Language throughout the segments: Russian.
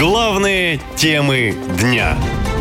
Главные темы дня.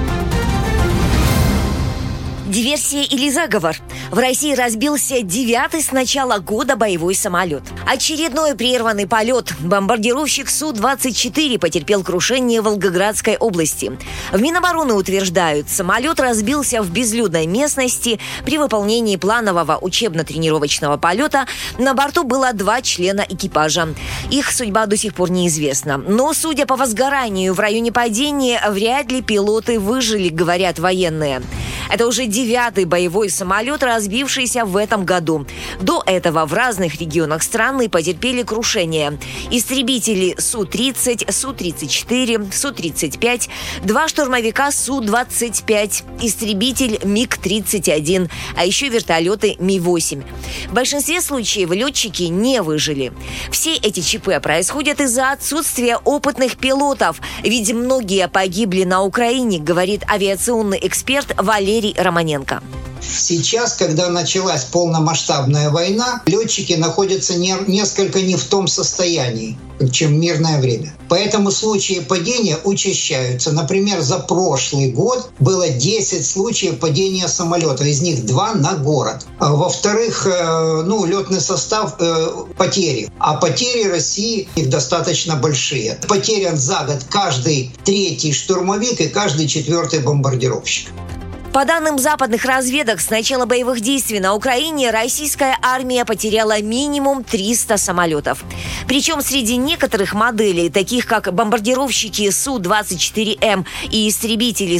Диверсия или заговор? В России разбился 9-й с начала года боевой самолет. Очередной прерванный полет. Бомбардировщик Су-24 потерпел крушение в Волгоградской области. В Минобороны утверждают, самолет разбился в безлюдной местности. При выполнении планового учебно-тренировочного полета на борту было 2 члена экипажа. Их судьба до сих пор неизвестна. Но, судя по возгоранию в районе падения, вряд ли пилоты выжили, говорят военные. Это уже 9-й боевой самолет, разбившийся в этом году. До этого в разных регионах страны потерпели крушение. Истребители Су-30, Су-34, Су-35, 2 штурмовика Су-25, истребитель МиГ-31, а еще вертолеты Ми-8. В большинстве случаев летчики не выжили. Все эти ЧП происходят из-за отсутствия опытных пилотов, ведь многие погибли на Украине, говорит авиационный эксперт Валерий Романенко. Сейчас, когда началась полномасштабная война, летчики находятся несколько не в том состоянии, чем в мирное время. Поэтому случаи падения учащаются. Например, за прошлый год было 10 случаев падения самолета, из них 2 на город. Во-вторых, летный состав потери. А потери России их достаточно большие. Потерян за год каждый 3-й штурмовик и каждый 4-й бомбардировщик. По данным западных разведок, с начала боевых действий на Украине российская армия потеряла минимум 300 самолетов. Причем среди некоторых моделей, таких как бомбардировщики Су-24М и истребители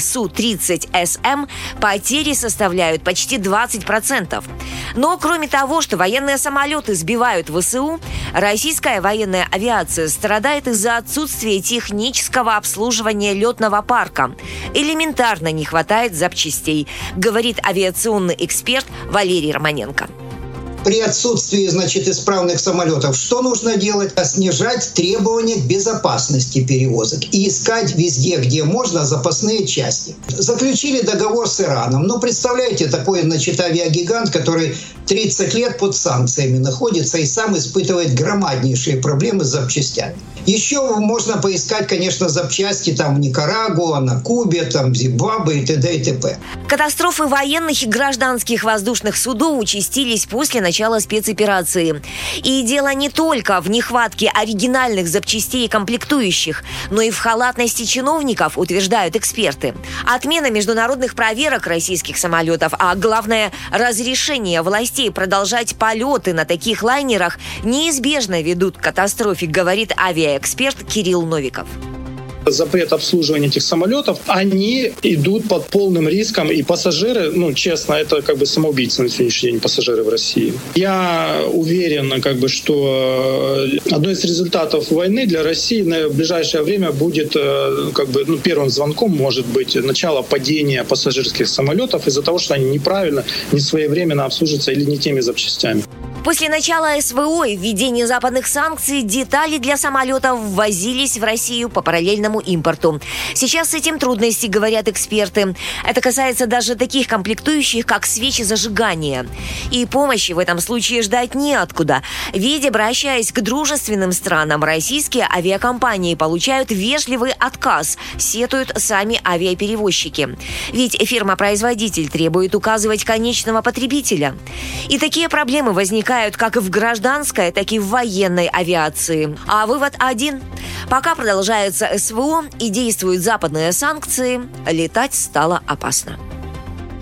Су-30СМ, потери составляют почти 20%. Но кроме того, что военные самолеты сбивают ВСУ, российская военная авиация страдает из-за отсутствия технического обслуживания летного парка. Элементарно не хватает запчастей, говорит авиационный эксперт Валерий Романенко. При отсутствии, исправных самолетов что нужно делать? Снижать требования к безопасности перевозок и искать везде, где можно, запасные части. Заключили договор с Ираном. Представляете, такой, авиагигант, который 30 лет под санкциями находится и сам испытывает громаднейшие проблемы с запчастями. Еще можно поискать, конечно, запчасти в Никарагуа, на Кубе, в Зимбабве и т.д. и т.п. Катастрофы военных и гражданских воздушных судов участились после начала спецоперации. И дело не только в нехватке оригинальных запчастей и комплектующих, но и в халатности чиновников, утверждают эксперты. Отмена международных проверок российских самолетов, а главное, разрешение властей продолжать полеты на таких лайнерах неизбежно ведут к катастрофе, говорит авиаэксперт Кирилл Новиков. Запрет обслуживания этих самолетов, они идут под полным риском, и пассажиры, честно, это самоубийцы на сегодняшний день, пассажиры в России. Я уверен, что одной из результатов войны для России в ближайшее время будет, первым звонком может быть начало падения пассажирских самолетов из-за того, что они неправильно, не своевременно обслуживаются или не теми запчастями. После начала СВО и введения западных санкций детали для самолетов ввозились в Россию по параллельному импорту. Сейчас с этим трудности, говорят эксперты. Это касается даже таких комплектующих, как свечи зажигания. И помощи в этом случае ждать неоткуда. Ведь, обращаясь к дружественным странам, российские авиакомпании получают вежливый отказ, сетуют сами авиаперевозчики. Ведь фирма-производитель требует указывать конечного потребителя. И такие проблемы возникают как в гражданской, так и в военной авиации. А вывод один. Пока продолжается СВО и действуют западные санкции, летать стало опасно.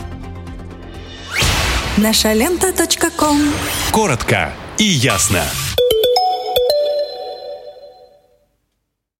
Нашалента.ком. Коротко и ясно.